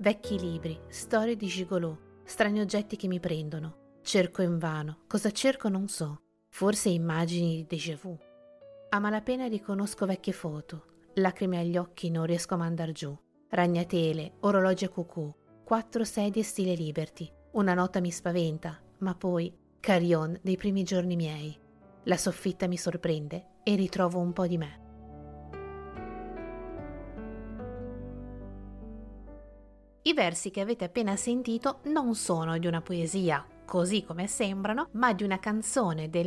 vecchi libri, storie di gigolò, strani oggetti che mi prendono. Cerco invano, cosa cerco non so, forse immagini di déjà vu. A malapena riconosco vecchie foto, lacrime agli occhi non riesco a mandar giù. Ragnatele, orologi a cucù, 4 sedie stile Liberty, una nota mi spaventa, ma poi carillon dei primi giorni miei. La soffitta mi sorprende e ritrovo un po' di me. I versi che avete appena sentito non sono di una poesia, così come sembrano, ma di una canzone del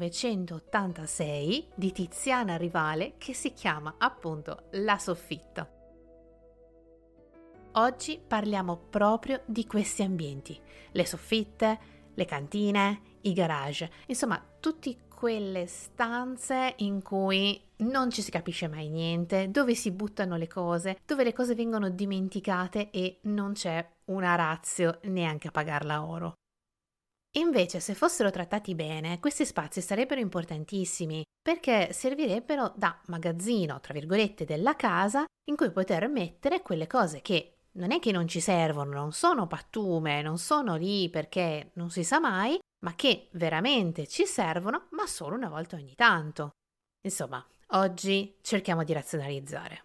1986 di Tiziana Rivale che si chiama appunto La soffitta. Oggi parliamo proprio di questi ambienti, le soffitte, le cantine, i garage, insomma tutte quelle stanze in cui non ci si capisce mai niente, dove si buttano le cose, dove le cose vengono dimenticate e non c'è una ratio neanche a pagarla oro. Invece, se fossero trattati bene, questi spazi sarebbero importantissimi perché servirebbero da magazzino, tra virgolette, della casa in cui poter mettere quelle cose che non è che non ci servono, non sono pattume, non sono lì perché non si sa mai, ma che veramente ci servono, ma solo una volta ogni tanto. Insomma, oggi cerchiamo di razionalizzare.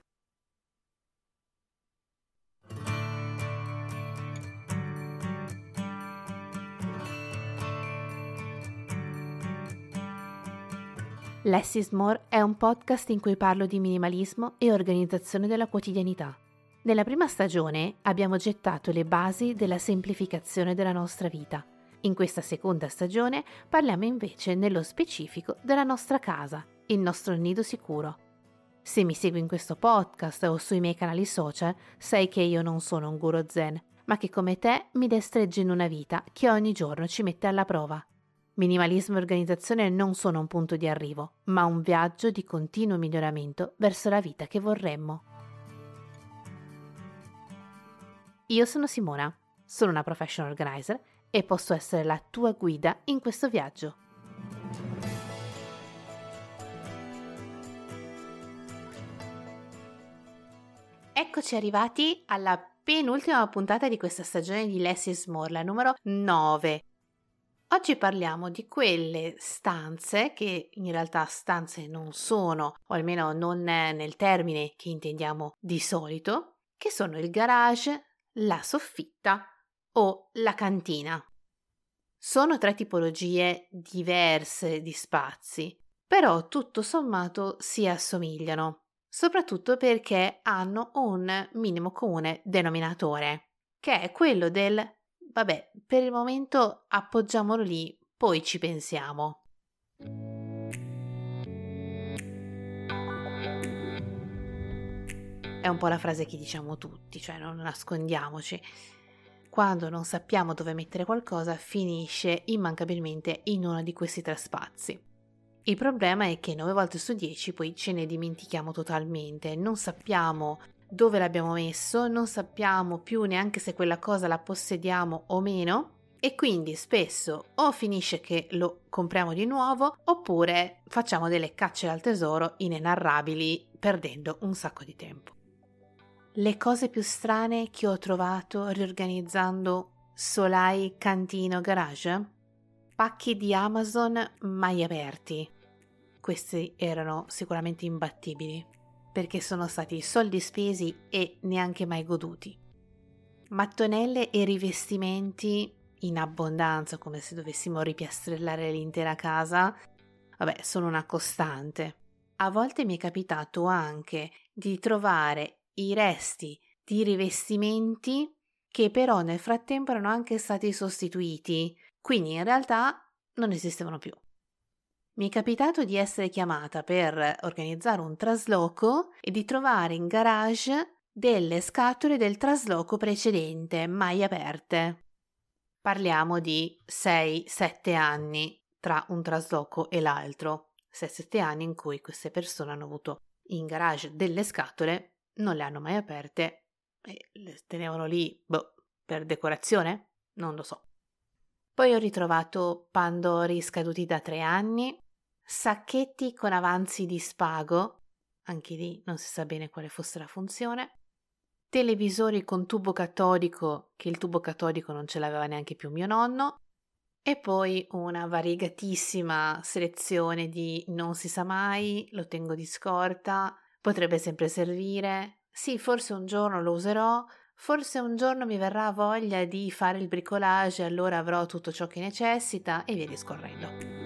Less is More è un podcast in cui parlo di minimalismo e organizzazione della quotidianità. Nella prima stagione abbiamo gettato le basi della semplificazione della nostra vita. In questa seconda stagione parliamo invece nello specifico della nostra casa, il nostro nido sicuro. Se mi segui in questo podcast o sui miei canali social, sai che io non sono un guru zen, ma che come te mi destreggio in una vita che ogni giorno ci mette alla prova. Minimalismo e organizzazione non sono un punto di arrivo, ma un viaggio di continuo miglioramento verso la vita che vorremmo. Io sono Simona, sono una professional organizer e posso essere la tua guida in questo viaggio. Eccoci arrivati alla penultima puntata di questa stagione di Less is More, la numero 9. Oggi parliamo di quelle stanze che in realtà stanze non sono, o almeno non nel termine che intendiamo di solito, che sono il garage, la soffitta o la cantina. Sono 3 tipologie diverse di spazi, però tutto sommato si assomigliano, soprattutto perché hanno un minimo comune denominatore, che è quello del vabbè, per il momento appoggiamolo lì, poi ci pensiamo. È un po' la frase che diciamo tutti, cioè non nascondiamoci. Quando non sappiamo dove mettere qualcosa, finisce immancabilmente in uno di questi 3 spazi. Il problema è che 9 volte su 10 poi ce ne dimentichiamo totalmente, non sappiamo dove l'abbiamo messo, non sappiamo più neanche se quella cosa la possediamo o meno e quindi spesso o finisce che lo compriamo di nuovo oppure facciamo delle cacce al tesoro inenarrabili perdendo un sacco di tempo. Le cose più strane che ho trovato riorganizzando solai, cantino, garage? Pacchi di Amazon mai aperti. Questi erano sicuramente imbattibili, perché sono stati soldi spesi e neanche mai goduti. Mattonelle e rivestimenti in abbondanza, come se dovessimo ripiastrellare l'intera casa, vabbè, sono una costante. A volte mi è capitato anche di trovare i resti di rivestimenti che però nel frattempo erano anche stati sostituiti, quindi in realtà non esistevano più. Mi è capitato di essere chiamata per organizzare un trasloco e di trovare in garage delle scatole del trasloco precedente, mai aperte. Parliamo di 6-7 anni tra un trasloco e l'altro. 6-7 anni in cui queste persone hanno avuto in garage delle scatole, non le hanno mai aperte e le tenevano lì, per decorazione? Non lo so. Poi ho ritrovato pandori scaduti da 3 anni, sacchetti con avanzi di spago, anche lì non si sa bene quale fosse la funzione, televisori con tubo catodico, che il tubo catodico non ce l'aveva neanche più mio nonno, e poi una variegatissima selezione di non si sa mai, lo tengo di scorta, potrebbe sempre servire, sì, forse un giorno lo userò, forse un giorno mi verrà voglia di fare il bricolage e allora avrò tutto ciò che necessita e via discorrendo.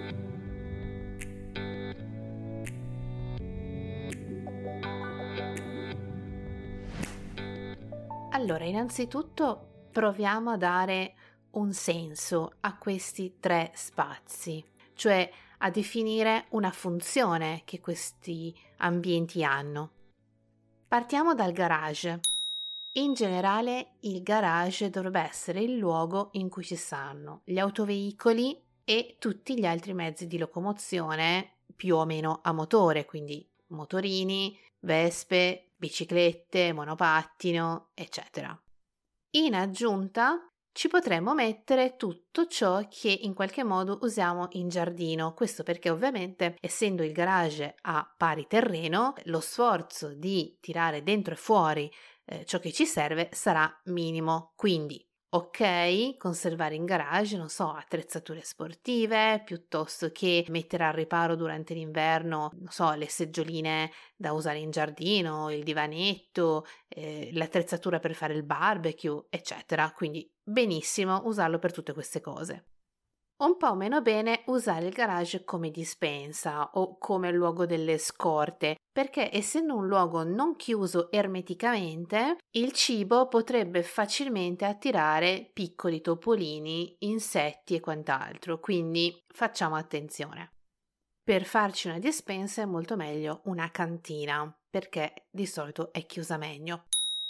Allora, innanzitutto proviamo a dare un senso a questi 3 spazi, cioè a definire una funzione che questi ambienti hanno. Partiamo dal garage. In generale il garage dovrebbe essere il luogo in cui ci stanno gli autoveicoli e tutti gli altri mezzi di locomozione più o meno a motore, quindi motorini, vespe, biciclette, monopattino, eccetera. In aggiunta ci potremmo mettere tutto ciò che in qualche modo usiamo in giardino, questo perché ovviamente essendo il garage a pari terreno, lo sforzo di tirare dentro e fuori ciò che ci serve sarà minimo, quindi ok, conservare in garage, non so, attrezzature sportive, piuttosto che mettere al riparo durante l'inverno, non so, le seggioline da usare in giardino, il divanetto, l'attrezzatura per fare il barbecue, eccetera. Quindi benissimo usarlo per tutte queste cose. Un po' meno bene usare il garage come dispensa o come luogo delle scorte, perché essendo un luogo non chiuso ermeticamente, il cibo potrebbe facilmente attirare piccoli topolini, insetti e quant'altro, quindi facciamo attenzione. Per farci una dispensa è molto meglio una cantina, perché di solito è chiusa meglio.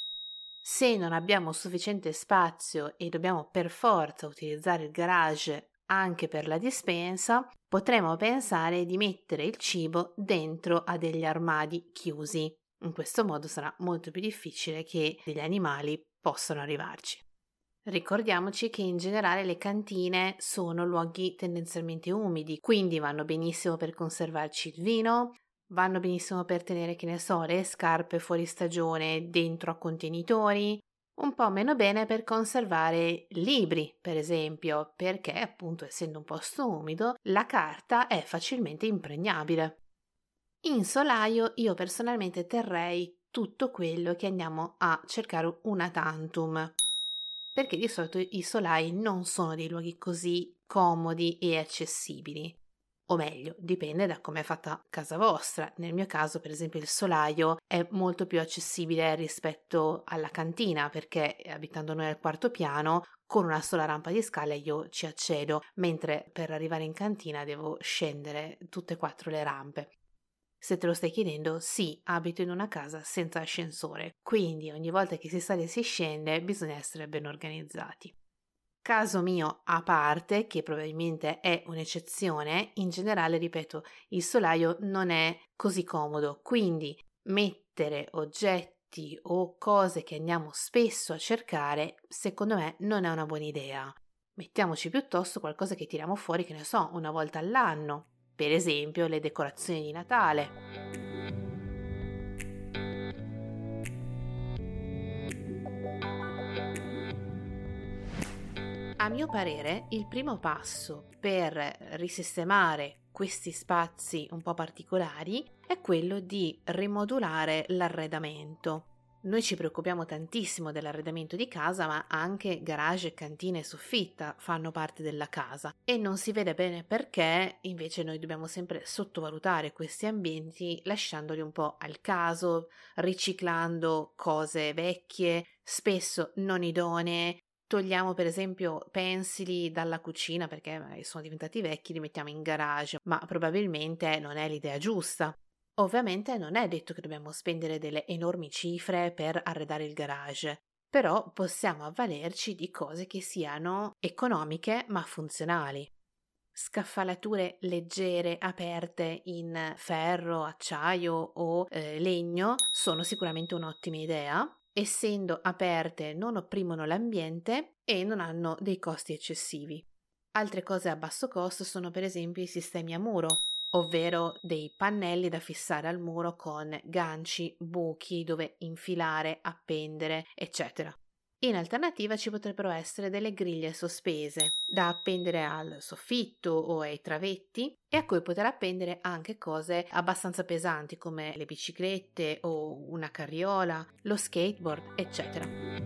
Se non abbiamo sufficiente spazio e dobbiamo per forza utilizzare il garage anche per la dispensa, potremmo pensare di mettere il cibo dentro a degli armadi chiusi. In questo modo sarà molto più difficile che degli animali possano arrivarci. Ricordiamoci che in generale le cantine sono luoghi tendenzialmente umidi, quindi vanno benissimo per conservarci il vino, vanno benissimo per tenere, che ne so, le scarpe fuori stagione dentro a contenitori, un po' meno bene per conservare libri, per esempio, perché appunto essendo un posto umido la carta è facilmente impregnabile. In solaio io personalmente terrei tutto quello che andiamo a cercare una tantum, perché di solito i solai non sono dei luoghi così comodi e accessibili. O meglio, dipende da come è fatta casa vostra. Nel mio caso, per esempio, il solaio è molto più accessibile rispetto alla cantina, perché abitando noi al 4º piano, con una sola rampa di scale io ci accedo, mentre per arrivare in cantina devo scendere tutte e 4 le rampe. Se te lo stai chiedendo, sì, abito in una casa senza ascensore, quindi ogni volta che si sale e si scende bisogna essere ben organizzati. Caso mio a parte, che probabilmente è un'eccezione, in generale, ripeto, il solaio non è così comodo, quindi mettere oggetti o cose che andiamo spesso a cercare, secondo me non è una buona idea. Mettiamoci piuttosto qualcosa che tiriamo fuori, che ne so, una volta all'anno, per esempio le decorazioni di Natale. A mio parere, il primo passo per risistemare questi spazi un po' particolari è quello di rimodulare l'arredamento. Noi ci preoccupiamo tantissimo dell'arredamento di casa, ma anche garage, cantine e soffitta fanno parte della casa e non si vede bene perché invece noi dobbiamo sempre sottovalutare questi ambienti lasciandoli un po' al caso, riciclando cose vecchie, spesso non idonee. Togliamo per esempio pensili dalla cucina perché magari sono diventati vecchi, li mettiamo in garage, ma probabilmente non è l'idea giusta. Ovviamente non è detto che dobbiamo spendere delle enormi cifre per arredare il garage, però possiamo avvalerci di cose che siano economiche ma funzionali. Scaffalature leggere aperte in ferro, acciaio o legno sono sicuramente un'ottima idea. Essendo aperte non opprimono l'ambiente e non hanno dei costi eccessivi. Altre cose a basso costo sono per esempio i sistemi a muro. ovvero dei pannelli da fissare al muro con ganci, buchi dove infilare, appendere, eccetera. In alternativa ci potrebbero essere delle griglie sospese da appendere al soffitto o ai travetti e a cui poter appendere anche cose abbastanza pesanti come le biciclette o una carriola, lo skateboard, eccetera.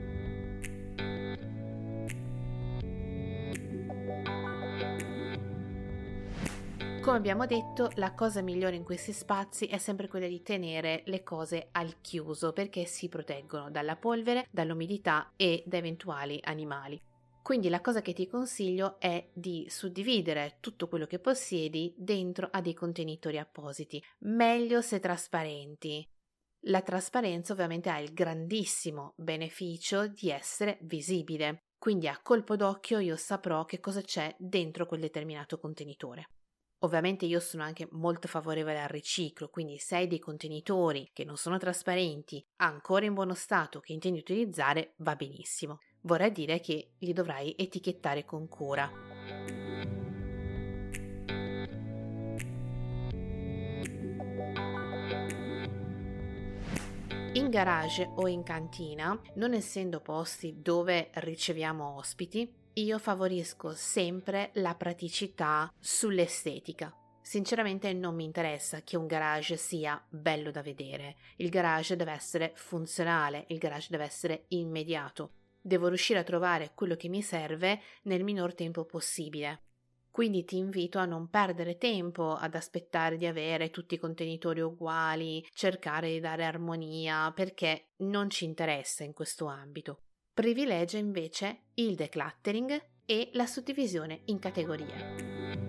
Come abbiamo detto, la cosa migliore in questi spazi è sempre quella di tenere le cose al chiuso perché si proteggono dalla polvere, dall'umidità e da eventuali animali. Quindi la cosa che ti consiglio è di suddividere tutto quello che possiedi dentro a dei contenitori appositi, meglio se trasparenti. La trasparenza ovviamente ha il grandissimo beneficio di essere visibile, quindi a colpo d'occhio io saprò che cosa c'è dentro quel determinato contenitore. Ovviamente io sono anche molto favorevole al riciclo, quindi se hai dei contenitori che non sono trasparenti, ancora in buono stato, che intendi utilizzare, va benissimo. Vorrà dire che li dovrai etichettare con cura. In garage o in cantina, non essendo posti dove riceviamo ospiti, io favorisco sempre la praticità sull'estetica. Sinceramente non mi interessa che un garage sia bello da vedere, il garage deve essere funzionale, il garage deve essere immediato. Devo riuscire a trovare quello che mi serve nel minor tempo possibile. Quindi ti invito a non perdere tempo ad aspettare di avere tutti i contenitori uguali, cercare di dare armonia, perché non ci interessa in questo ambito. Privilegia invece il decluttering e la suddivisione in categorie.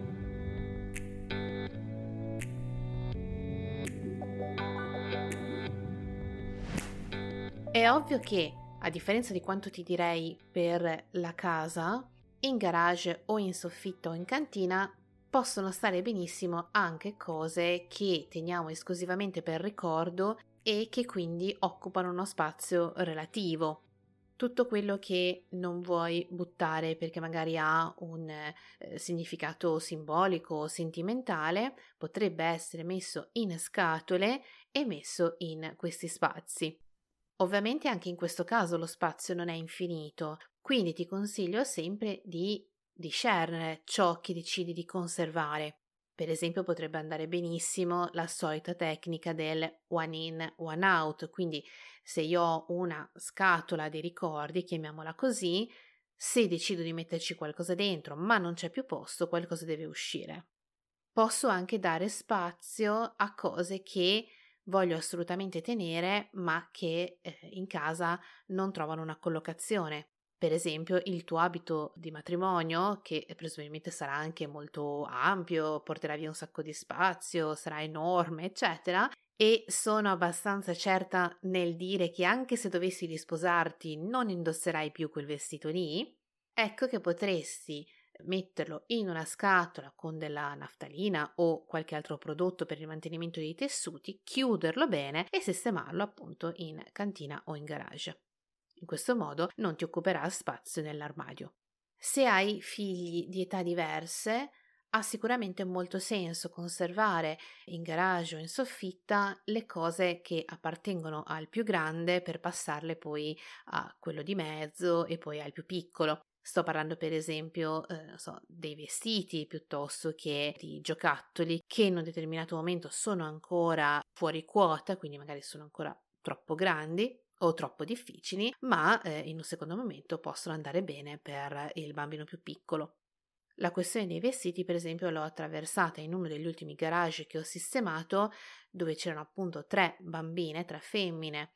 È ovvio che, a differenza di quanto ti direi per la casa, in garage o in soffitto o in cantina possono stare benissimo anche cose che teniamo esclusivamente per ricordo e che quindi occupano uno spazio relativo. Tutto quello che non vuoi buttare perché magari ha un significato simbolico o sentimentale potrebbe essere messo in scatole e messo in questi spazi. Ovviamente anche in questo caso lo spazio non è infinito, quindi ti consiglio sempre di discernere ciò che decidi di conservare. Per esempio potrebbe andare benissimo la solita tecnica del one in, one out, quindi se io ho una scatola dei ricordi, chiamiamola così, se decido di metterci qualcosa dentro ma non c'è più posto, qualcosa deve uscire. Posso anche dare spazio a cose che voglio assolutamente tenere, ma che in casa non trovano una collocazione. Per esempio, il tuo abito di matrimonio, che presumibilmente sarà anche molto ampio, porterà via un sacco di spazio, sarà enorme, eccetera. E sono abbastanza certa nel dire che anche se dovessi risposarti non indosserai più quel vestito lì, ecco che potresti metterlo in una scatola con della naftalina o qualche altro prodotto per il mantenimento dei tessuti, chiuderlo bene e sistemarlo appunto in cantina o in garage. In questo modo non ti occuperà spazio nell'armadio. Se hai figli di età diverse, ha sicuramente molto senso conservare in garage o in soffitta le cose che appartengono al più grande per passarle poi a quello di mezzo e poi al più piccolo. Sto parlando per esempio, dei vestiti piuttosto che di giocattoli che in un determinato momento sono ancora fuori quota, quindi magari sono ancora troppo grandi o troppo difficili, ma in un secondo momento possono andare bene per il bambino più piccolo. La questione dei vestiti, per esempio, l'ho attraversata in uno degli ultimi garage che ho sistemato, dove c'erano appunto 3 bambine, 3 femmine,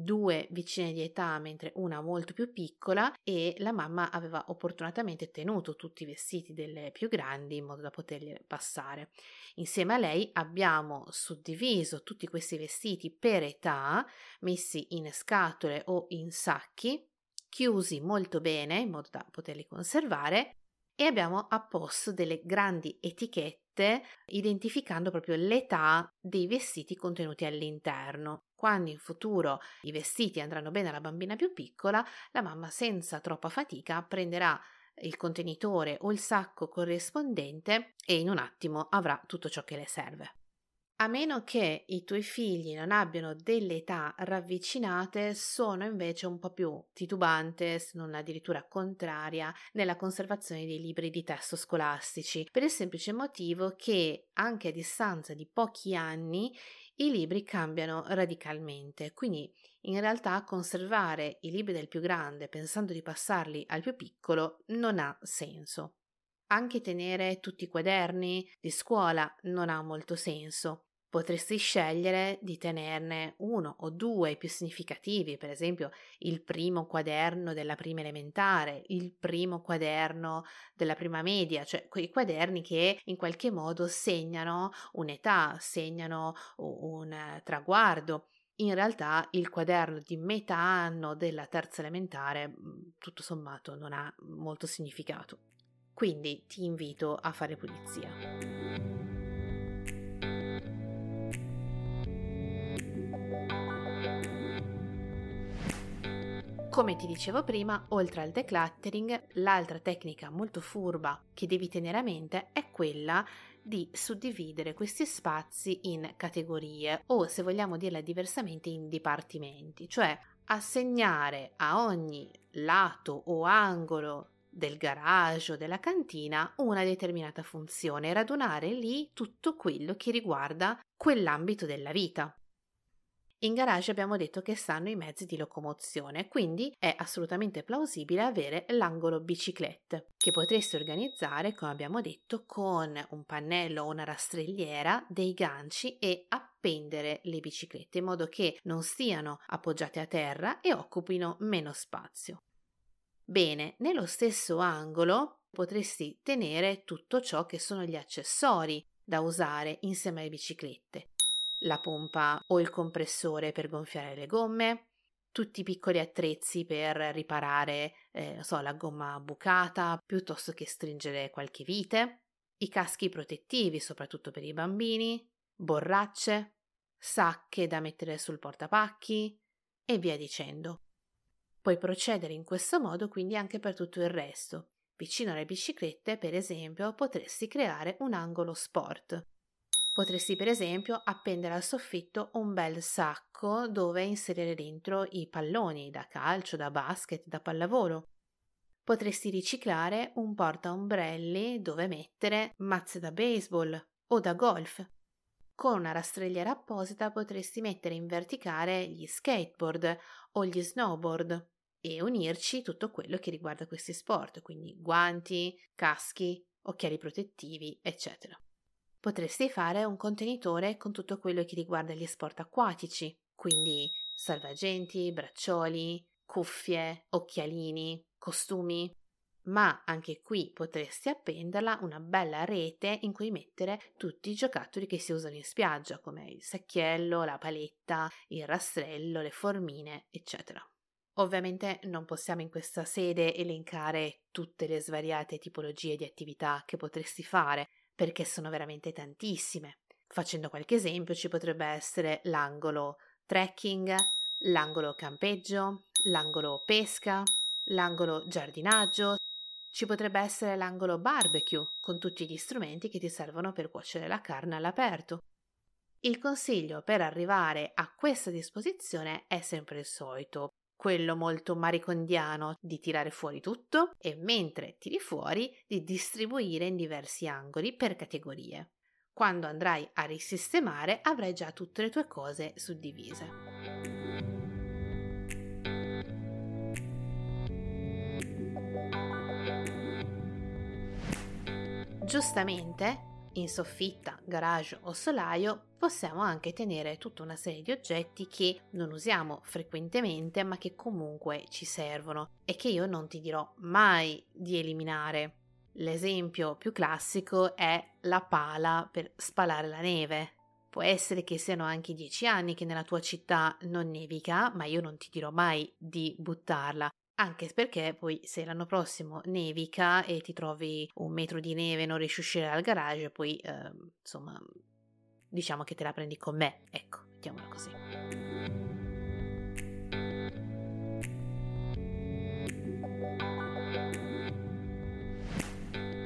2 vicine di età, mentre una molto più piccola, e la mamma aveva opportunamente tenuto tutti i vestiti delle più grandi in modo da poterli passare. Insieme a lei abbiamo suddiviso tutti questi vestiti per età, messi in scatole o in sacchi, chiusi molto bene in modo da poterli conservare e abbiamo apposto delle grandi etichette identificando proprio l'età dei vestiti contenuti all'interno. Quando in futuro i vestiti andranno bene alla bambina più piccola, la mamma senza troppa fatica prenderà il contenitore o il sacco corrispondente e in un attimo avrà tutto ciò che le serve. A meno che i tuoi figli non abbiano delle età ravvicinate, sono invece un po' più titubante, se non addirittura contraria, nella conservazione dei libri di testo scolastici, per il semplice motivo che anche a distanza di pochi anni i libri cambiano radicalmente. Quindi in realtà conservare i libri del più grande pensando di passarli al più piccolo non ha senso. Anche tenere tutti i quaderni di scuola non ha molto senso. Potresti scegliere di tenerne uno o due più significativi, per esempio il primo quaderno della prima elementare, il primo quaderno della prima media, cioè quei quaderni che in qualche modo segnano un'età, segnano un traguardo. In realtà il quaderno di metà anno della terza elementare, tutto sommato, non ha molto significato. Quindi ti invito a fare pulizia. Come ti dicevo prima, oltre al decluttering, l'altra tecnica molto furba che devi tenere a mente è quella di suddividere questi spazi in categorie o, se vogliamo dirla diversamente, in dipartimenti, cioè assegnare a ogni lato o angolo del garage o della cantina una determinata funzione e radunare lì tutto quello che riguarda quell'ambito della vita. In garage abbiamo detto che stanno i mezzi di locomozione, quindi è assolutamente plausibile avere l'angolo biciclette, che potresti organizzare, come abbiamo detto, con un pannello o una rastrelliera, dei ganci e appendere le biciclette in modo che non stiano appoggiate a terra e occupino meno spazio. Bene, nello stesso angolo potresti tenere tutto ciò che sono gli accessori da usare insieme alle biciclette. La pompa o il compressore per gonfiare le gomme, tutti i piccoli attrezzi per riparare la gomma bucata piuttosto che stringere qualche vite, i caschi protettivi soprattutto per i bambini, borracce, sacche da mettere sul portapacchi e via dicendo. Puoi procedere in questo modo quindi anche per tutto il resto. Vicino alle biciclette, per esempio, potresti creare un angolo sport. Potresti per esempio appendere al soffitto un bel sacco dove inserire dentro i palloni da calcio, da basket, da pallavolo. Potresti riciclare un portaombrelli dove mettere mazze da baseball o da golf. Con una rastrelliera apposita potresti mettere in verticale gli skateboard o gli snowboard e unirci tutto quello che riguarda questi sport, quindi guanti, caschi, occhiali protettivi, eccetera. Potresti fare un contenitore con tutto quello che riguarda gli sport acquatici, quindi salvagenti, braccioli, cuffie, occhialini, costumi. Ma anche qui potresti appenderla una bella rete in cui mettere tutti i giocattoli che si usano in spiaggia, come il secchiello, la paletta, il rastrello, le formine, eccetera. Ovviamente non possiamo in questa sede elencare tutte le svariate tipologie di attività che potresti fare, perché sono veramente tantissime. Facendo qualche esempio, ci potrebbe essere l'angolo trekking, l'angolo campeggio, l'angolo pesca, l'angolo giardinaggio, ci potrebbe essere l'angolo barbecue, con tutti gli strumenti che ti servono per cuocere la carne all'aperto. Il consiglio per arrivare a questa disposizione è sempre il solito, quello molto maricondiano di tirare fuori tutto e mentre tiri fuori di distribuire in diversi angoli per categorie. Quando andrai a risistemare avrai già tutte le tue cose suddivise. Giustamente, in soffitta, garage o solaio possiamo anche tenere tutta una serie di oggetti che non usiamo frequentemente ma che comunque ci servono e che io non ti dirò mai di eliminare. L'esempio più classico è la pala per spalare la neve. Può essere che siano anche 10 anni che nella tua città non nevica, ma io non ti dirò mai di buttarla. Anche perché poi se l'anno prossimo nevica e ti trovi 1 metro di neve e non riesci a uscire dal garage, poi insomma diciamo che te la prendi con me, ecco, mettiamola così.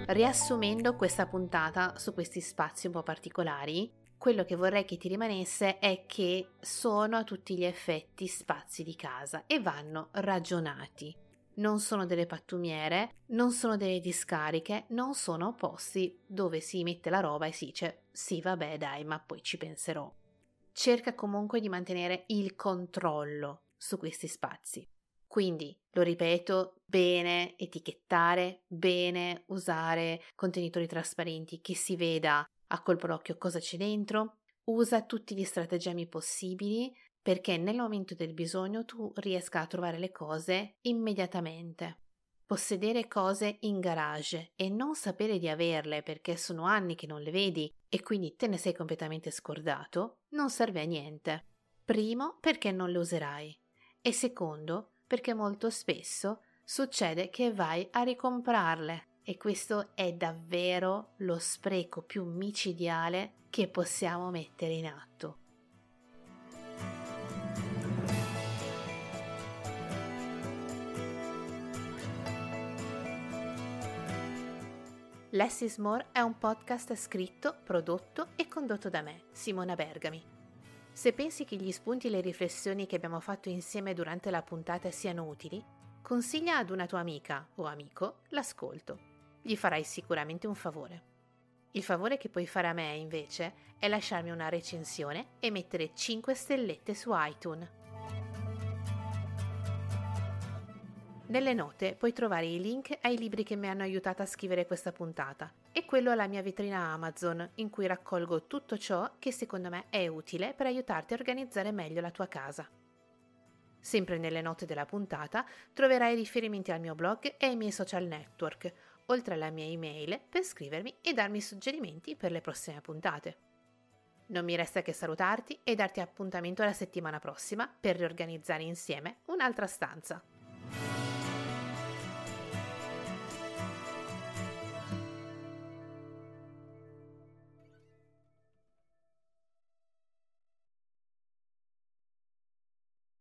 Riassumendo questa puntata su questi spazi un po' particolari, quello che vorrei che ti rimanesse è che sono a tutti gli effetti spazi di casa e vanno ragionati. Non sono delle pattumiere, non sono delle discariche, non sono posti dove si mette la roba e si dice sì vabbè dai ma poi ci penserò. Cerca comunque di mantenere il controllo su questi spazi. Quindi, lo ripeto, bene etichettare, bene usare contenitori trasparenti che si veda a colpo d'occhio cosa c'è dentro, usa tutti gli stratagemmi possibili perché nel momento del bisogno tu riesca a trovare le cose immediatamente. Possedere cose in garage e non sapere di averle perché sono anni che non le vedi e quindi te ne sei completamente scordato, non serve a niente. Primo, perché non le userai e secondo, perché molto spesso succede che vai a ricomprarle e questo è davvero lo spreco più micidiale che possiamo mettere in atto. Less is More è un podcast scritto, prodotto e condotto da me, Simona Bergami. Se pensi che gli spunti e le riflessioni che abbiamo fatto insieme durante la puntata siano utili, consiglia ad una tua amica o amico l'ascolto. Gli farai sicuramente un favore. Il favore che puoi fare a me, invece, è lasciarmi una recensione e mettere 5 stellette su iTunes. Nelle note puoi trovare i link ai libri che mi hanno aiutato a scrivere questa puntata e quello alla mia vetrina Amazon, in cui raccolgo tutto ciò che secondo me è utile per aiutarti a organizzare meglio la tua casa. Sempre nelle note della puntata troverai riferimenti al mio blog e ai miei social network, oltre alla mia email per scrivermi e darmi suggerimenti per le prossime puntate. Non mi resta che salutarti e darti appuntamento la settimana prossima per riorganizzare insieme un'altra stanza.